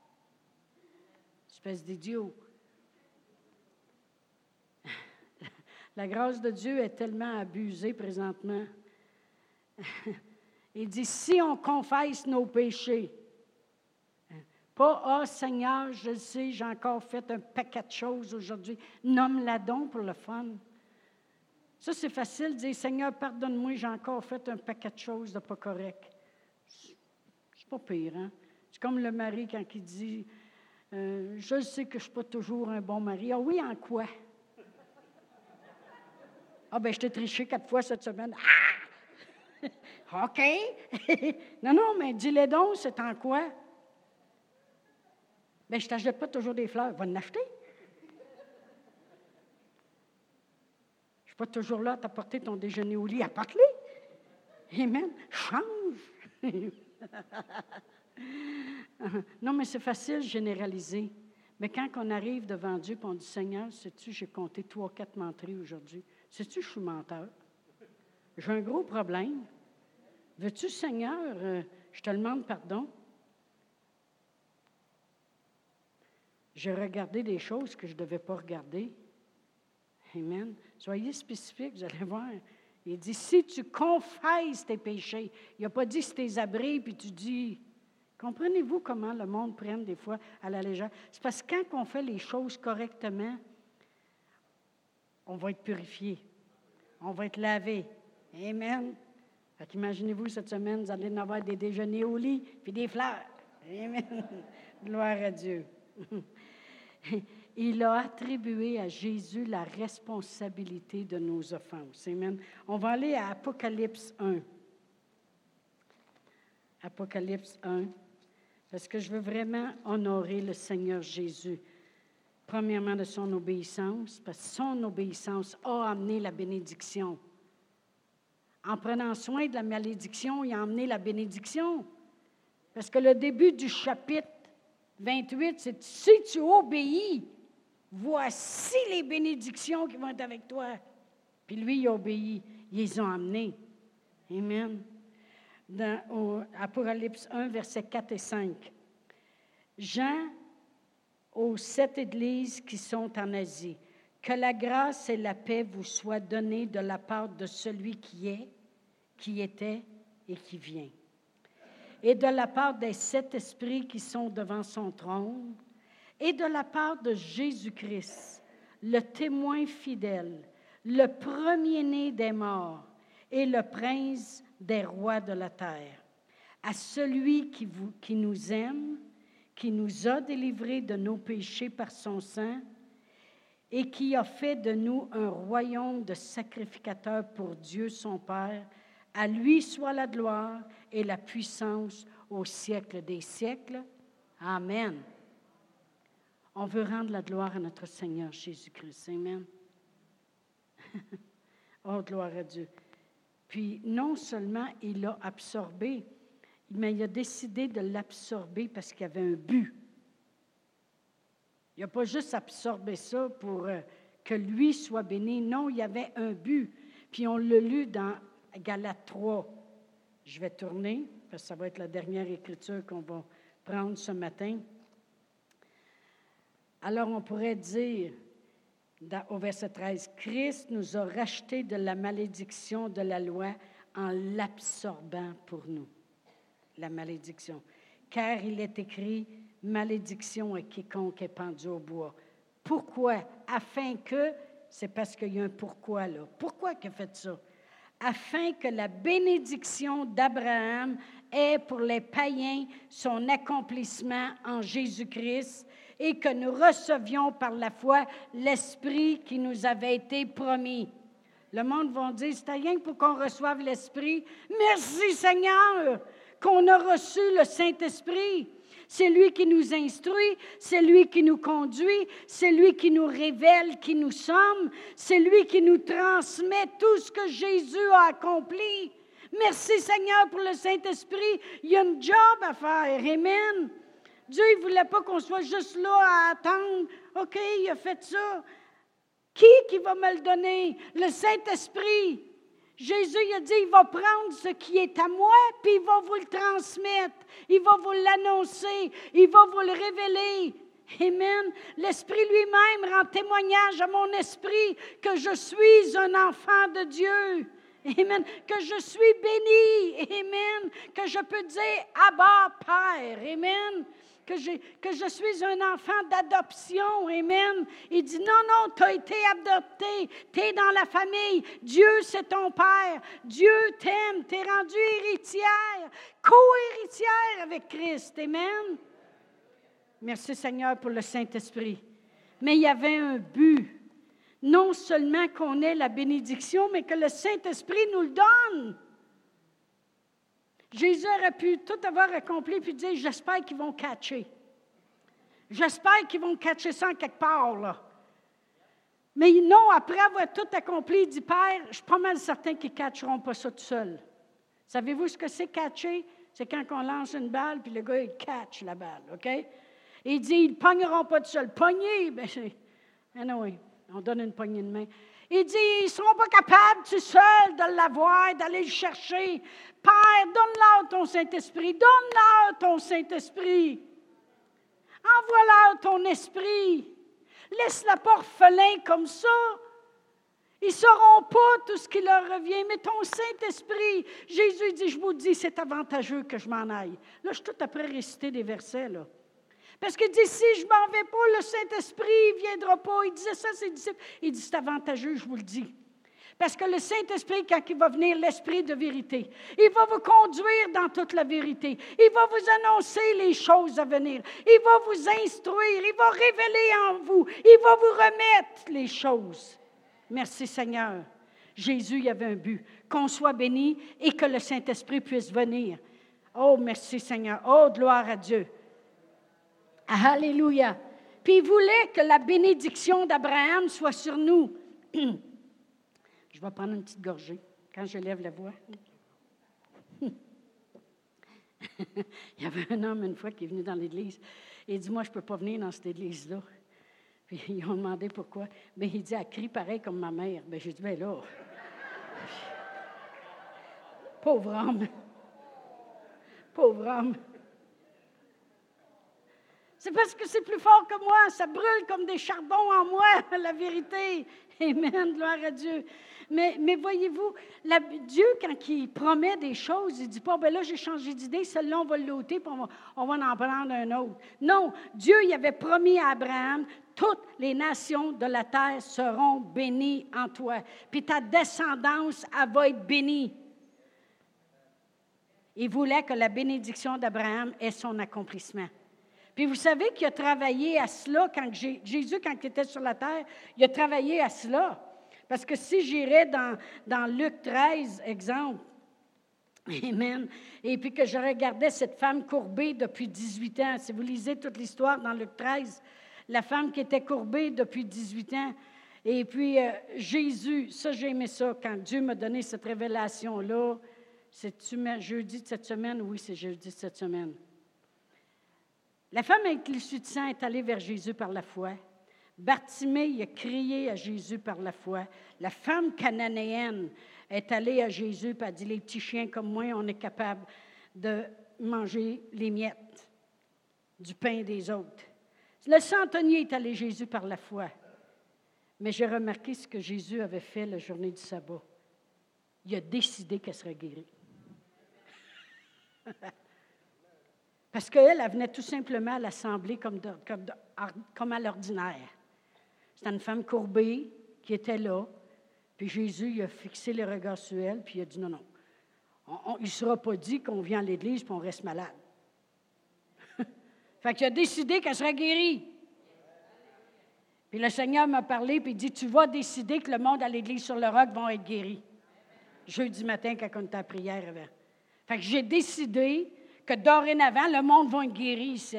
Espèce d'idiot. La grâce de Dieu est tellement abusée présentement. Il dit, si on confesse nos péchés, pas, « Ah, Seigneur, je le sais, j'ai encore fait un paquet de choses aujourd'hui. » Nomme-la donc pour le fun. Ça, c'est facile de dire, « Seigneur, pardonne-moi, j'ai encore fait un paquet de choses de pas correct. » C'est pas pire, hein? C'est comme le mari quand il dit, « Je sais que je ne suis pas toujours un bon mari. » Ah oui, en quoi? Ah, bien, je t'ai triché 4 fois cette semaine. Ah! OK. Non, mais dis-le donc, c'est en quoi? Bien, je ne t'achète pas toujours des fleurs. Va en acheter. Je ne suis pas toujours là à t'apporter ton déjeuner au lit. Apporte-les. Amen. Change. Non, mais c'est facile de généraliser. Mais quand on arrive devant Dieu et on dit, « Seigneur, sais-tu, j'ai compté 3 ou 4 menteries aujourd'hui. Sais-tu, je suis menteur. J'ai un gros problème. Veux-tu, Seigneur, je te demande pardon. J'ai regardé des choses que je ne devais pas regarder. » Amen. Soyez spécifiques, vous allez voir. Il dit, si tu confesses tes péchés, il n'a pas dit si tu les abris, puis tu dis... Comprenez-vous comment le monde prend des fois à la légère? C'est parce que quand on fait les choses correctement, on va être purifié. On va être lavé. Amen. Fait qu'imaginez-vous, cette semaine, vous allez en avoir des déjeuners au lit, puis des fleurs. Amen. Gloire à Dieu. Il a attribué à Jésus la responsabilité de nos offenses. Amen. On va aller à Apocalypse 1. Apocalypse 1. Parce que je veux vraiment honorer le Seigneur Jésus. Premièrement, de son obéissance, parce que son obéissance a amené la bénédiction. En prenant soin de la malédiction, il a amené la bénédiction. Parce que le début du chapitre 28, c'est « Si tu obéis, voici les bénédictions qui vont être avec toi. » Puis lui, il a obéi. Ils les ont amenés. Amen. Dans Apocalypse 1, versets 4 et 5. Jean, aux 7 églises qui sont en Asie, que la grâce et la paix vous soient données de la part de celui qui est, qui était et qui vient. Et de la part des 7 esprits qui sont devant son trône, et de la part de Jésus-Christ, le témoin fidèle, le premier-né des morts et le prince des rois de la terre, à celui qui nous aime, qui nous a délivrés de nos péchés par son sang et qui a fait de nous un royaume de sacrificateurs pour Dieu son Père. À lui soit la gloire et la puissance au siècle des siècles. Amen. On veut rendre la gloire à notre Seigneur Jésus-Christ. Amen. Oh, gloire à Dieu. Puis, non seulement il l'a absorbé, mais il a décidé de l'absorber parce qu'il y avait un but. Il n'a pas juste absorbé ça pour que lui soit béni. Non, il y avait un but. Puis on l'a lu dans Galates 3. Je vais tourner, parce que ça va être la dernière écriture qu'on va prendre ce matin. Alors, on pourrait dire au verset 13, « Christ nous a rachetés de la malédiction de la loi en l'absorbant pour nous. » La malédiction. « Car il est écrit, malédiction à quiconque est pendu au bois. » Pourquoi? Afin que, c'est parce qu'il y a un pourquoi là. Pourquoi qu'il a fait ça? Afin que la bénédiction d'Abraham ait pour les païens son accomplissement en Jésus-Christ et que nous recevions par la foi l'Esprit qui nous avait été promis. Le monde va dire, c'est rien que pour qu'on reçoive l'Esprit. Merci Seigneur qu'on a reçu le Saint-Esprit. C'est lui qui nous instruit, c'est lui qui nous conduit, c'est lui qui nous révèle qui nous sommes, c'est lui qui nous transmet tout ce que Jésus a accompli. Merci Seigneur pour le Saint-Esprit. Il y a un job à faire. Amen. Dieu ne voulait pas qu'on soit juste là à attendre. OK, il a fait ça. Qui va me le donner? Le Saint-Esprit. Jésus il a dit, il va prendre ce qui est à moi, puis il va vous le transmettre. Il va vous l'annoncer. Il va vous le révéler. Amen. L'Esprit lui-même rend témoignage à mon esprit que je suis un enfant de Dieu. Amen. Que je suis béni. Amen. Que je peux dire Abba, Père. Amen. Que je suis un enfant d'adoption. Amen. Il dit, non, tu as été adopté. Tu es dans la famille. Dieu, c'est ton Père. Dieu t'aime. Tu es rendu héritière, co-héritière avec Christ. Amen. Merci Seigneur pour le Saint-Esprit. Mais il y avait un but. Non seulement qu'on ait la bénédiction, mais que le Saint-Esprit nous le donne. Jésus aurait pu tout avoir accompli puis dire, j'espère qu'ils vont catcher. J'espère qu'ils vont catcher ça en quelque part, là. Mais non, après avoir tout accompli, il dit, Père, je suis pas mal certain qu'ils ne catcheront pas ça tout seuls. Savez-vous ce que c'est catcher? C'est quand on lance une balle, puis le gars, il catch la balle, OK? Et il dit, ils ne pogneront pas tout seuls. Pogner, bien, anyway, on donne une poignée de main. Il dit, ils ne seront pas capables, tout seuls, de l'avoir, d'aller le chercher. Père, donne-leur ton Saint-Esprit. Donne-leur ton Saint-Esprit. Envoie-leur ton esprit. Laisse-la pas orphelin comme ça. Ils ne sauront pas tout ce qui leur revient, mais ton Saint-Esprit, Jésus dit, je vous dis, c'est avantageux que je m'en aille. Là, je suis tout après réciter des versets, là. Parce qu'il dit, si je ne m'en vais pas, le Saint-Esprit ne viendra pas. Il disait ça à ses disciples. Il dit, c'est avantageux, je vous le dis. Parce que le Saint-Esprit, quand il va venir, l'Esprit de vérité, il va vous conduire dans toute la vérité. Il va vous annoncer les choses à venir. Il va vous instruire. Il va révéler en vous. Il va vous remettre les choses. Merci Seigneur. Jésus, il y avait un but. Qu'on soit béni et que le Saint-Esprit puisse venir. Oh, merci Seigneur. Oh, gloire à Dieu. Alléluia. Puis il voulait que la bénédiction d'Abraham soit sur nous. Je vais prendre une petite gorgée quand je lève la voix. Il y avait un homme une fois qui est venu dans l'église. Et il dit, moi, je ne peux pas venir dans cette église-là. Puis ils ont demandé pourquoi. Bien, il dit, elle crie pareil comme ma mère. Bien, j'ai dit, bien là. Pauvre homme. Pauvre homme. C'est parce que c'est plus fort que moi. Ça brûle comme des charbons en moi, la vérité. Amen, gloire à Dieu. Mais voyez-vous, Dieu, quand il promet des choses, il ne dit pas, ben là, j'ai changé d'idée, celle-là, on va l'ôter, puis on va en prendre un autre. Non, Dieu, il avait promis à Abraham, toutes les nations de la terre seront bénies en toi. Puis ta descendance, elle va être bénie. Il voulait que la bénédiction d'Abraham ait son accomplissement. Puis vous savez qu'il a travaillé à cela, Jésus, quand il était sur la terre, il a travaillé à cela. Parce que si j'irais dans Luc 13, exemple, amen, et puis que je regardais cette femme courbée depuis 18 ans, si vous lisez toute l'histoire dans Luc 13, la femme qui était courbée depuis 18 ans, et puis Jésus, ça j'ai aimé ça, quand Dieu m'a donné cette révélation-là, c'est jeudi de cette semaine? Oui, c'est jeudi de cette semaine. La femme avec l'issue de sang est allée vers Jésus par la foi. Bartimée a crié à Jésus par la foi. La femme cananéenne est allée à Jésus et a dit, les petits chiens comme moi, on est capable de manger les miettes du pain des autres. Le centenier est allé à Jésus par la foi. Mais j'ai remarqué ce que Jésus avait fait la journée du sabbat. Il a décidé qu'elle serait guérie. Parce qu'elle, elle venait tout simplement à l'assemblée comme à l'ordinaire. C'était une femme courbée qui était là. Puis Jésus, il a fixé les regards sur elle, puis il a dit non. Il ne sera pas dit qu'on vient à l'église et on reste malade. Fait qu'il a décidé qu'elle serait guérie. Puis le Seigneur m'a parlé, puis il dit, tu vas décider que le monde à l'église sur le roc vont être guéris. Jeudi matin, quand on était à prière avant. Fait que j'ai décidé que dorénavant, le monde va être guéri ici.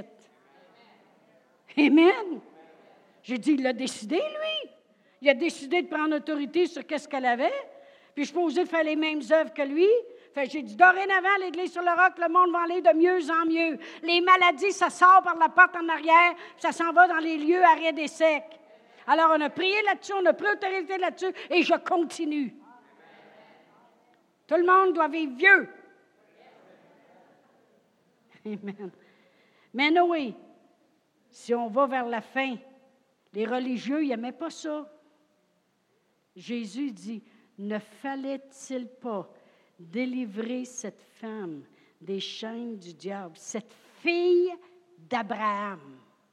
Amen. J'ai dit, il l'a décidé, lui. Il a décidé de prendre autorité sur qu'est-ce qu'elle avait. Puis je suis pas osée de faire les mêmes œuvres que lui. Fait que j'ai dit, dorénavant, l'Église sur le roc, le monde va aller de mieux en mieux. Les maladies, ça sort par la porte en arrière, puis ça s'en va dans les lieux arides et secs. Alors, on a prié là-dessus, on a pris autorité là-dessus, et je continue. Tout le monde doit vivre vieux. Amen. Mais Noé, si on va vers la fin, les religieux, ils n'aimaient pas ça. Jésus dit, ne fallait-il pas délivrer cette femme des chaînes du diable, cette fille d'Abraham?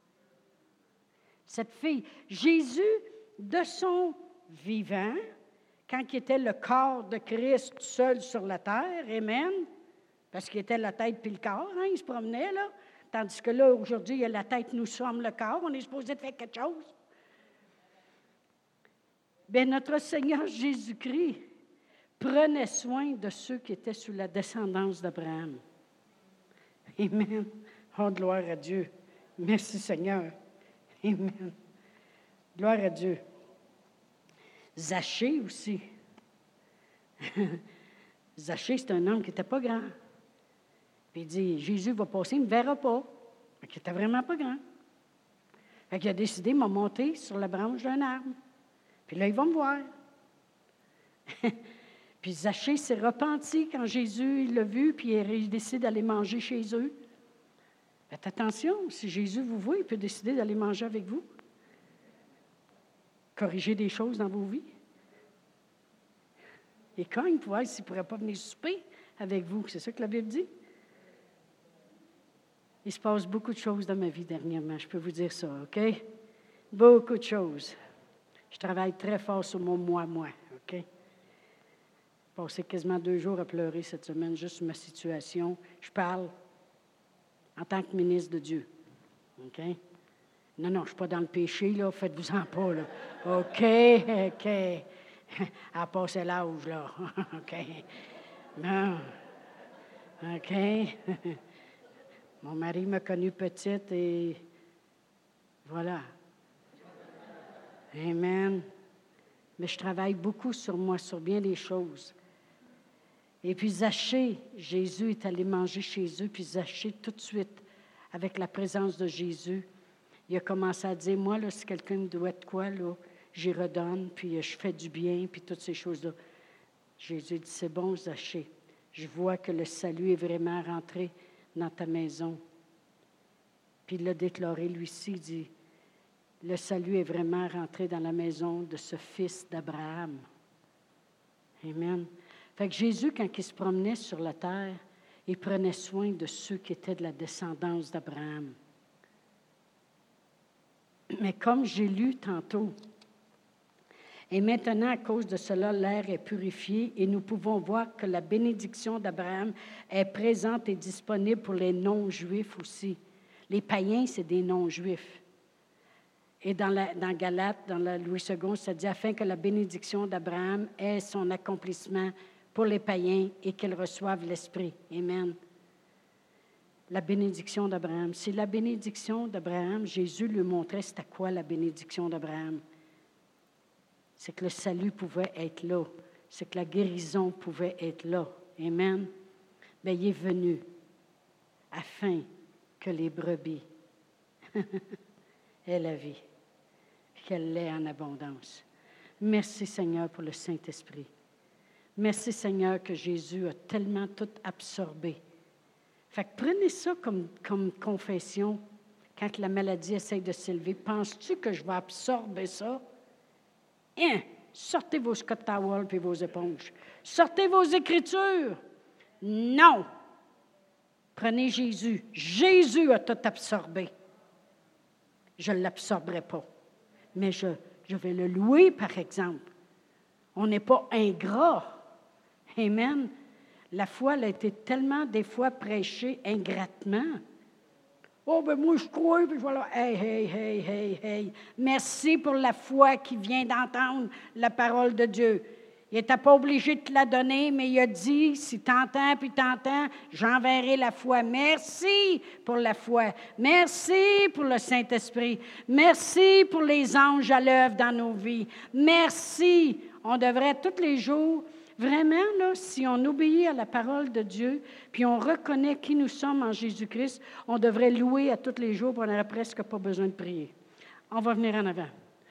Cette fille, Jésus, de son vivant, quand il était le corps de Christ seul sur la terre, amen, parce qu'il était la tête puis le corps, hein, il se promenait, là, tandis que là, aujourd'hui, il y a la tête, nous sommes le corps, on est supposé de faire quelque chose. Bien, notre Seigneur Jésus-Christ prenait soin de ceux qui étaient sous la descendance d'Abraham. Amen. Oh, gloire à Dieu. Merci, Seigneur. Amen. Gloire à Dieu. Zachée aussi. Zachée, c'est un homme qui n'était pas grand. Puis il dit, Jésus va passer, il ne me verra pas. Il n'était vraiment pas grand. Fait qu'il a décidé de me monter sur la branche d'un arbre. Puis là, il va me voir. Puis Zachée s'est repenti quand Jésus il l'a vu, puis il décide d'aller manger chez eux. Faites attention, si Jésus vous voit, il peut décider d'aller manger avec vous. Corriger des choses dans vos vies. Et quand il pourrait, s'il ne pourrait pas venir souper avec vous, c'est ça que la Bible dit. Il se passe beaucoup de choses dans ma vie dernièrement, je peux vous dire ça, OK? Beaucoup de choses. Je travaille très fort sur mon moi, OK? J'ai passé quasiment 2 jours à pleurer cette semaine, juste sur ma situation. Je parle en tant que ministre de Dieu, OK? Non, je ne suis pas dans le péché, là, faites-vous-en pas, là. OK. Elle a passé l'âge, là. OK. Non. OK. Mon mari m'a connue petite et voilà. Amen. Mais je travaille beaucoup sur moi, sur bien des choses. Et puis Zachée, Jésus est allé manger chez eux, puis Zachée, tout de suite, avec la présence de Jésus, il a commencé à dire, moi, là, si quelqu'un me doit de quoi, là, j'y redonne, puis je fais du bien, puis toutes ces choses-là. Jésus dit, c'est bon, Zachée, je vois que le salut est vraiment rentré dans ta maison. Puis il l'a déclaré, lui-ci, il dit, le salut est vraiment rentré dans la maison de ce fils d'Abraham. Amen. Fait que Jésus, quand il se promenait sur la terre, il prenait soin de ceux qui étaient de la descendance d'Abraham. Mais comme j'ai lu tantôt, et maintenant, à cause de cela, l'air est purifié et nous pouvons voir que la bénédiction d'Abraham est présente et disponible pour les non-juifs aussi. Les païens, c'est des non-juifs. Et dans Galates, dans la Louis II, ça dit « Afin que la bénédiction d'Abraham ait son accomplissement pour les païens et qu'ils reçoivent l'Esprit. » Amen. La bénédiction d'Abraham. C'est la bénédiction d'Abraham. Jésus lui montrait c'était quoi la bénédiction d'Abraham. C'est que le salut pouvait être là. C'est que la guérison pouvait être là. Amen. Bien, il est venu afin que les brebis aient la vie, qu'elle l'ait en abondance. Merci Seigneur pour le Saint-Esprit. Merci Seigneur que Jésus a tellement tout absorbé. Fait que prenez ça comme confession quand la maladie essaie de s'élever. Penses-tu que je vais absorber ça? Hein? Sortez vos Scott Towel et vos éponges. Sortez vos Écritures. Non. Prenez Jésus. Jésus a tout absorbé. Je ne l'absorberai pas. Mais je vais le louer, par exemple. On n'est pas ingrat. Amen. La foi, elle a été tellement des fois prêchée ingratement. Oh, ben moi, je crois, puis voilà. Hey. Merci pour la foi qui vient d'entendre la parole de Dieu. Il n'était pas obligé de te la donner, mais il a dit, si tu entends, puis tu entends, j'enverrai la foi. Merci pour la foi. Merci pour le Saint-Esprit. Merci pour les anges à l'œuvre dans nos vies. Merci. On devrait tous les jours, vraiment, là, si on obéit à la parole de Dieu, puis on reconnaît qui nous sommes en Jésus-Christ, on devrait louer à tous les jours, puis on n'aurait presque pas besoin de prier. On va venir en avant.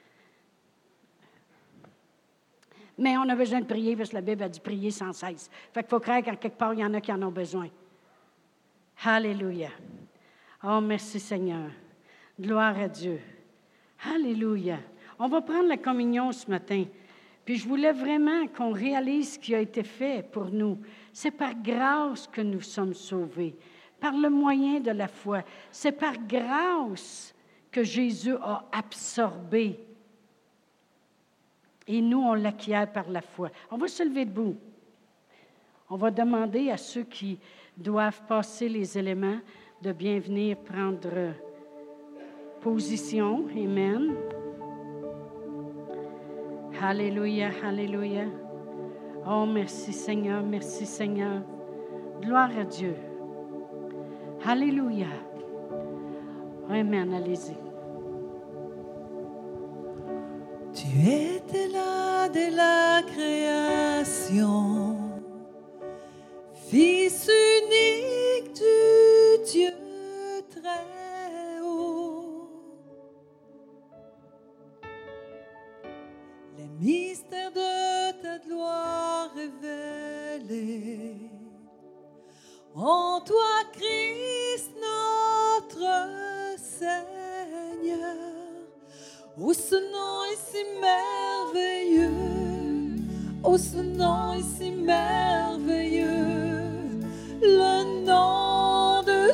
Mais on a besoin de prier parce que la Bible a dit prier sans cesse. Fait qu'il faut croire qu'à quelque part, il y en a qui en ont besoin. Alléluia. Oh, merci Seigneur. Gloire à Dieu. Alléluia. On va prendre la communion ce matin. Puis je voulais vraiment qu'on réalise ce qui a été fait pour nous. C'est par grâce que nous sommes sauvés, par le moyen de la foi. C'est par grâce que Jésus a absorbé. Et nous, on l'acquiert par la foi. On va se lever debout. On va demander à ceux qui doivent passer les éléments de bien venir prendre position. Amen. Alléluia, alléluia. Oh, merci Seigneur, merci Seigneur. Gloire à Dieu. Alléluia. Amen, allez-y. Tu étais là dès la création, Fils unique du Dieu très haut. Les mystères de ta gloire révélés, en toi Christ notre Seigneur. Oh, ce nom est si merveilleux, oh, ce nom est si merveilleux, le nom de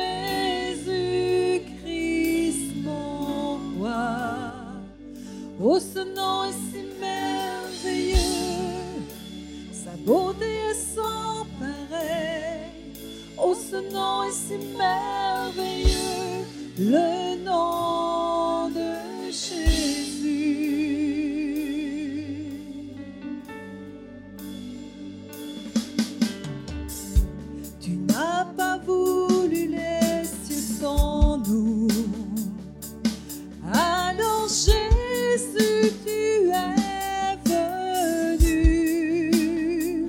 Jésus-Christ mon roi. Oh, ce nom est si merveilleux, sa beauté est sans pareil. Oh, ce nom est si merveilleux, le nom de Jésus. Tu n'as pas voulu les cieux sans nous. Alors Jésus, tu es venu.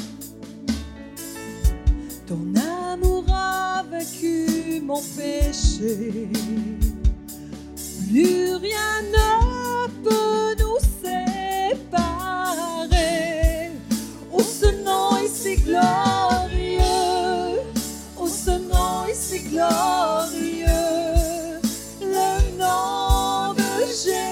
Ton amour a vaincu mon péché. Plus rien ne peut nous séparer. Oh, ce nom est si glorieux. Oh, ce nom est si glorieux. Le nom de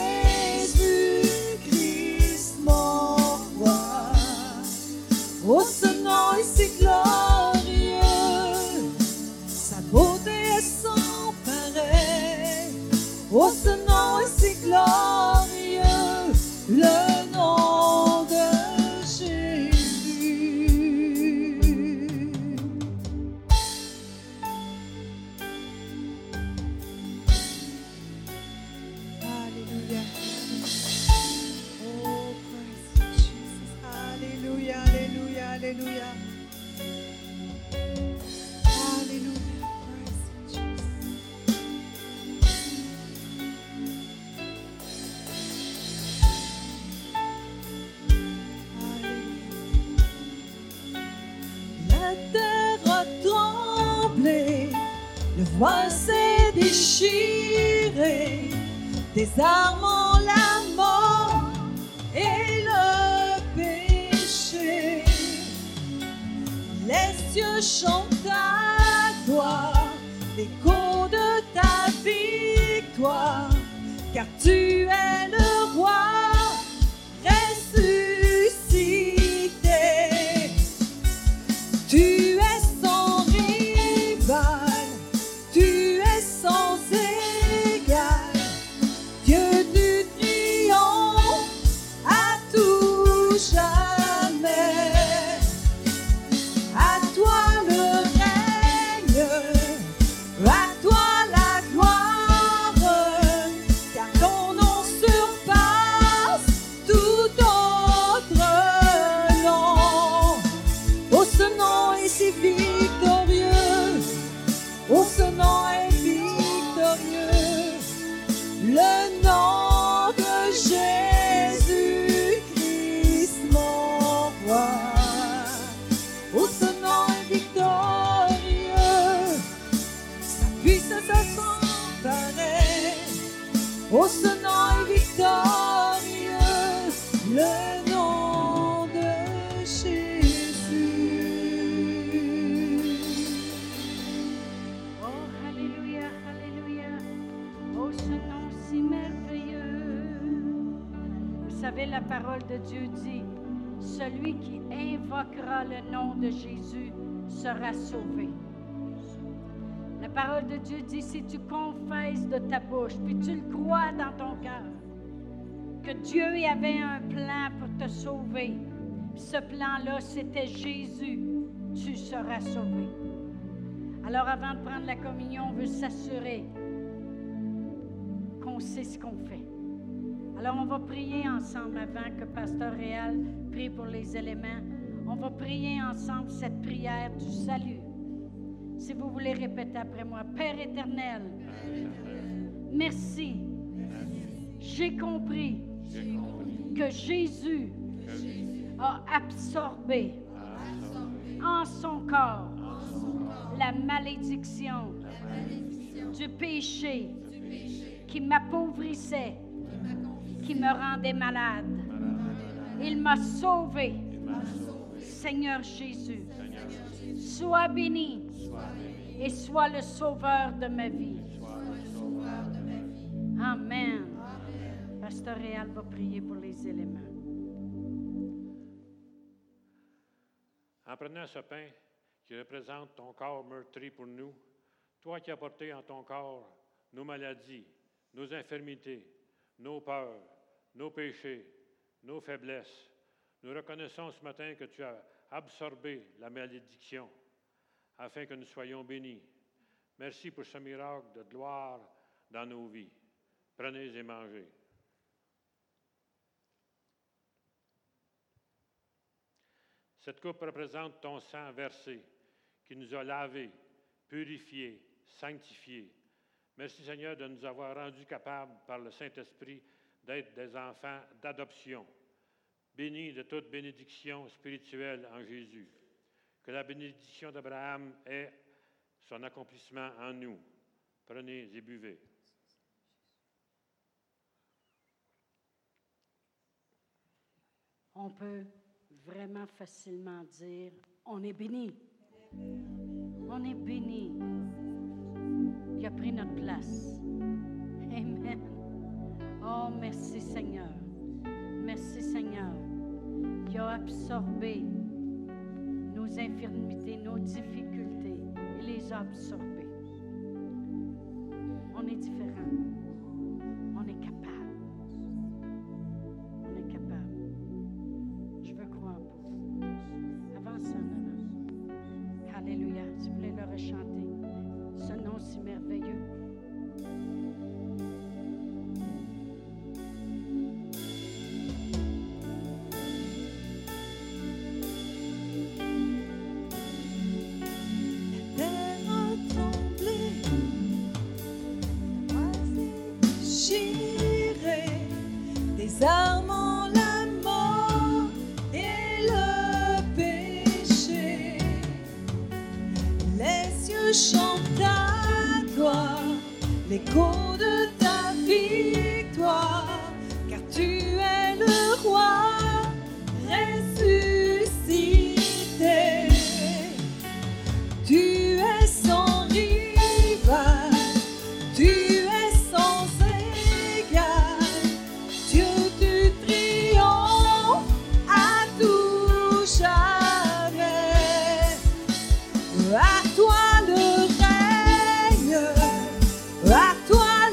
Jésus-Christ mon roi. Oh, ce nom est si glorieux. Sa beauté est sans pareil. Oh, ce nom est si glorieux, le nom de Jésus. Alléluia. Oh, praise Jesus. Alléluia, alléluia, alléluia. Alléluia, praise Jesus. La terre a tremblé, le voile s'est déchiré, désarmant la mort et le péché. Les cieux chantent ta gloire, l'écho de ta victoire, car tu es le roi, savez, la parole de Dieu dit, celui qui invoquera le nom de Jésus sera sauvé. La parole de Dieu dit, si tu confesses de ta bouche, puis tu le crois dans ton cœur, que Dieu avait un plan pour te sauver, puis ce plan-là, c'était Jésus, tu seras sauvé. Alors, avant de prendre la communion, on veut s'assurer qu'on sait ce qu'on fait. Alors, on va prier ensemble avant que Pasteur Réal prie pour les éléments. On va prier ensemble cette prière du salut. Si vous voulez répéter après moi, Père éternel, merci. J'ai compris que Jésus a absorbé en son corps la malédiction du péché qui m'appauvrissait, qui me rendait malade. Il m'a sauvé. Seigneur Jésus, sois béni et sois le sauveur de ma vie. Amen. Pasteur Réal va prier pour les éléments. En prenant ce pain qui représente ton corps meurtri pour nous, toi qui as porté en ton corps nos maladies, nos infirmités, nos peurs, nos péchés, nos faiblesses, nous reconnaissons ce matin que tu as absorbé la malédiction afin que nous soyons bénis. Merci pour ce miracle de gloire dans nos vies. Prenez et mangez. Cette coupe représente ton sang versé qui nous a lavés, purifiés, sanctifiés. Merci Seigneur de nous avoir rendus capables par le Saint-Esprit d'être des enfants d'adoption, bénis de toute bénédiction spirituelle en Jésus. Que la bénédiction d'Abraham ait son accomplissement en nous. Prenez et buvez. On peut vraiment facilement dire, on est béni. On est béni. Il a pris notre place. Amen. Oh, merci Seigneur. Merci Seigneur. Il a absorbé nos infirmités, nos difficultés. Il les a absorbées. On est différent. On est capable. On est capable. Je veux croire pour vous. Avancez en avant. Alléluia. Si vous voulez le rechanter, ce nom si merveilleux. Désarmant la mort et le péché, les cieux chantent ta gloire, l'écho de ta victoire, car tu es le roi ressuscité. Tu es sans rival, tu es sans égal. Dieu du triomphe à tout jamais. À toi le règne, à toi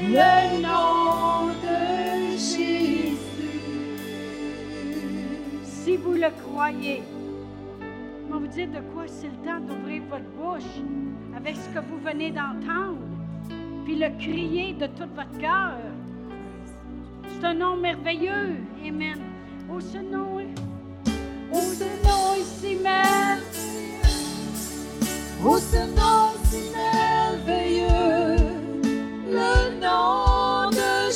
le nom de Jésus. Si vous le croyez, je vais vous dire de quoi c'est le temps d'ouvrir votre bouche avec ce que vous venez d'entendre, puis le crier de tout votre cœur. C'est un nom merveilleux. Amen. Oh, ce nom est si merveilleux. Oh, ce nom si merveilleux, le nom de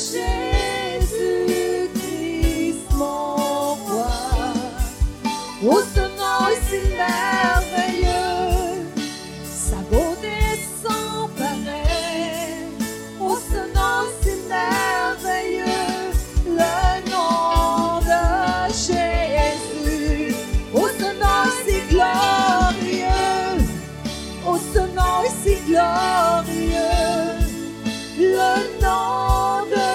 Jésus-Christ, mon roi. Oh, ce nom est si merveilleux, sa beauté est sans pareil. Oh, ce nom si merveilleux, le nom de Jésus. Oh, ce nom si glorieux, oh, ce nom est si glorieux, le nom de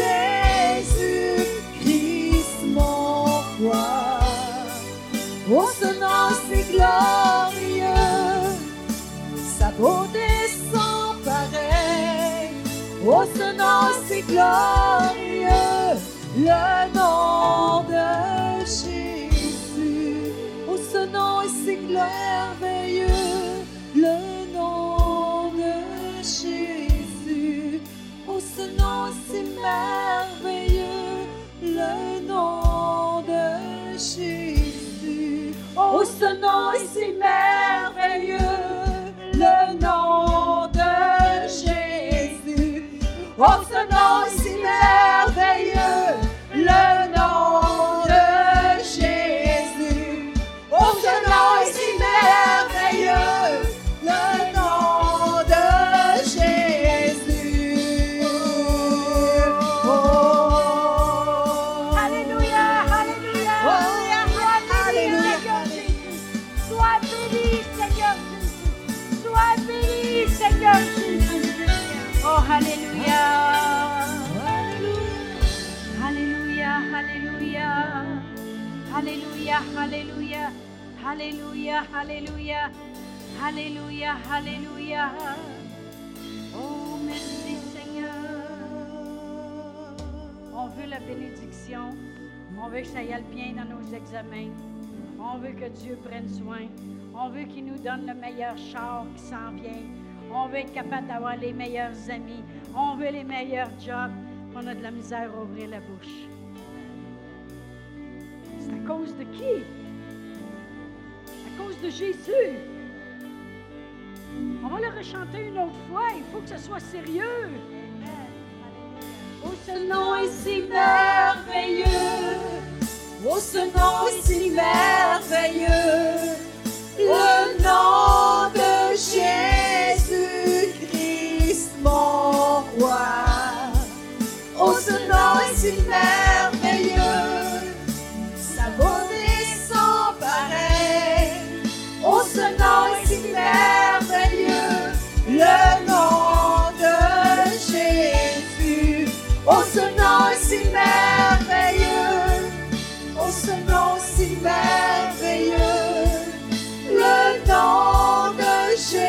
Jésus-Christ, mon roi. Oh, ce nom si glorieux, sa beauté est sans pareil. Oh, ce nom si glorieux, le nom de Jésus. Oh, ce nom est si merveilleux, le nom de Jésus. Oh, ce nom est si merveilleux, le nom de Jésus. Oh, ce nom est si merveilleux, le nom de Jésus. Oh, ce nom est si merveilleux, le nom de Jésus. Oh, ce nom est si merveilleux, le nom de Jésus. Oh. Alléluia, alléluia. Oh, Alléluia, Seigneur Jésus. Sois béni, Seigneur Jésus. Sois béni, Seigneur Jésus. Oh, alléluia. Alléluia, alléluia. Alléluia, alléluia. Alléluia, alléluia. Alléluia, alléluia. Oh, merci, Seigneur. On veut la bénédiction. On veut que ça y aille bien dans nos examens. On veut que Dieu prenne soin. On veut qu'il nous donne le meilleur char qui s'en vient. On veut être capable d'avoir les meilleurs amis. On veut les meilleurs jobs. On a de la misère à ouvrir la bouche. C'est à cause de qui? À cause de Jésus. On va le rechanter une autre fois. Il faut que ce soit sérieux. Oh, Ce nom est si merveilleux, oh, ce nom est si merveilleux, le nom de Jésus-Christ, mon roi. Oh, ce nom est si merveilleux, sa beauté est sans pareil. Oh, ce nom est si merveilleux, le nom de Jésus. Oh, ce nom est si merveilleux, oh, ce nom si merveilleux, le nom de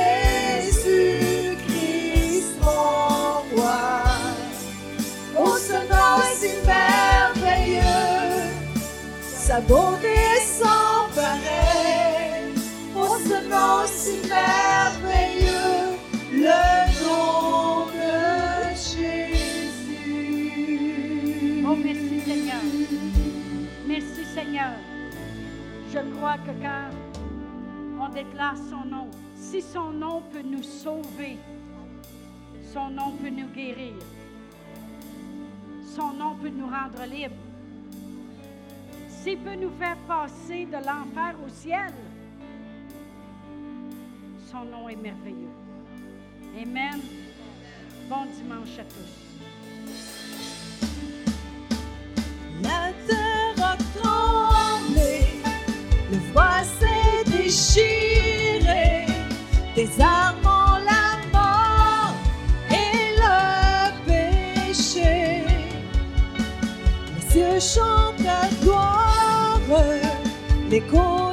Jésus-Christ, mon roi. Oh, ce nom est si merveilleux, sa beauté est sans pareil. Oh, ce nom si merveilleux, le nom de Jésus. Oh, merci Seigneur. Merci Seigneur. Je crois que quand on déclare son nom, si son nom peut nous sauver, son nom peut nous guérir, son nom peut nous rendre libres, s'il peut nous faire passer de l'enfer au ciel, son nom est merveilleux. Amen. Bon dimanche à tous. La terre a tremblé, le voile s'est déchiré, désarmant la mort et le péché. Les cieux chantent ta gloire, l'écho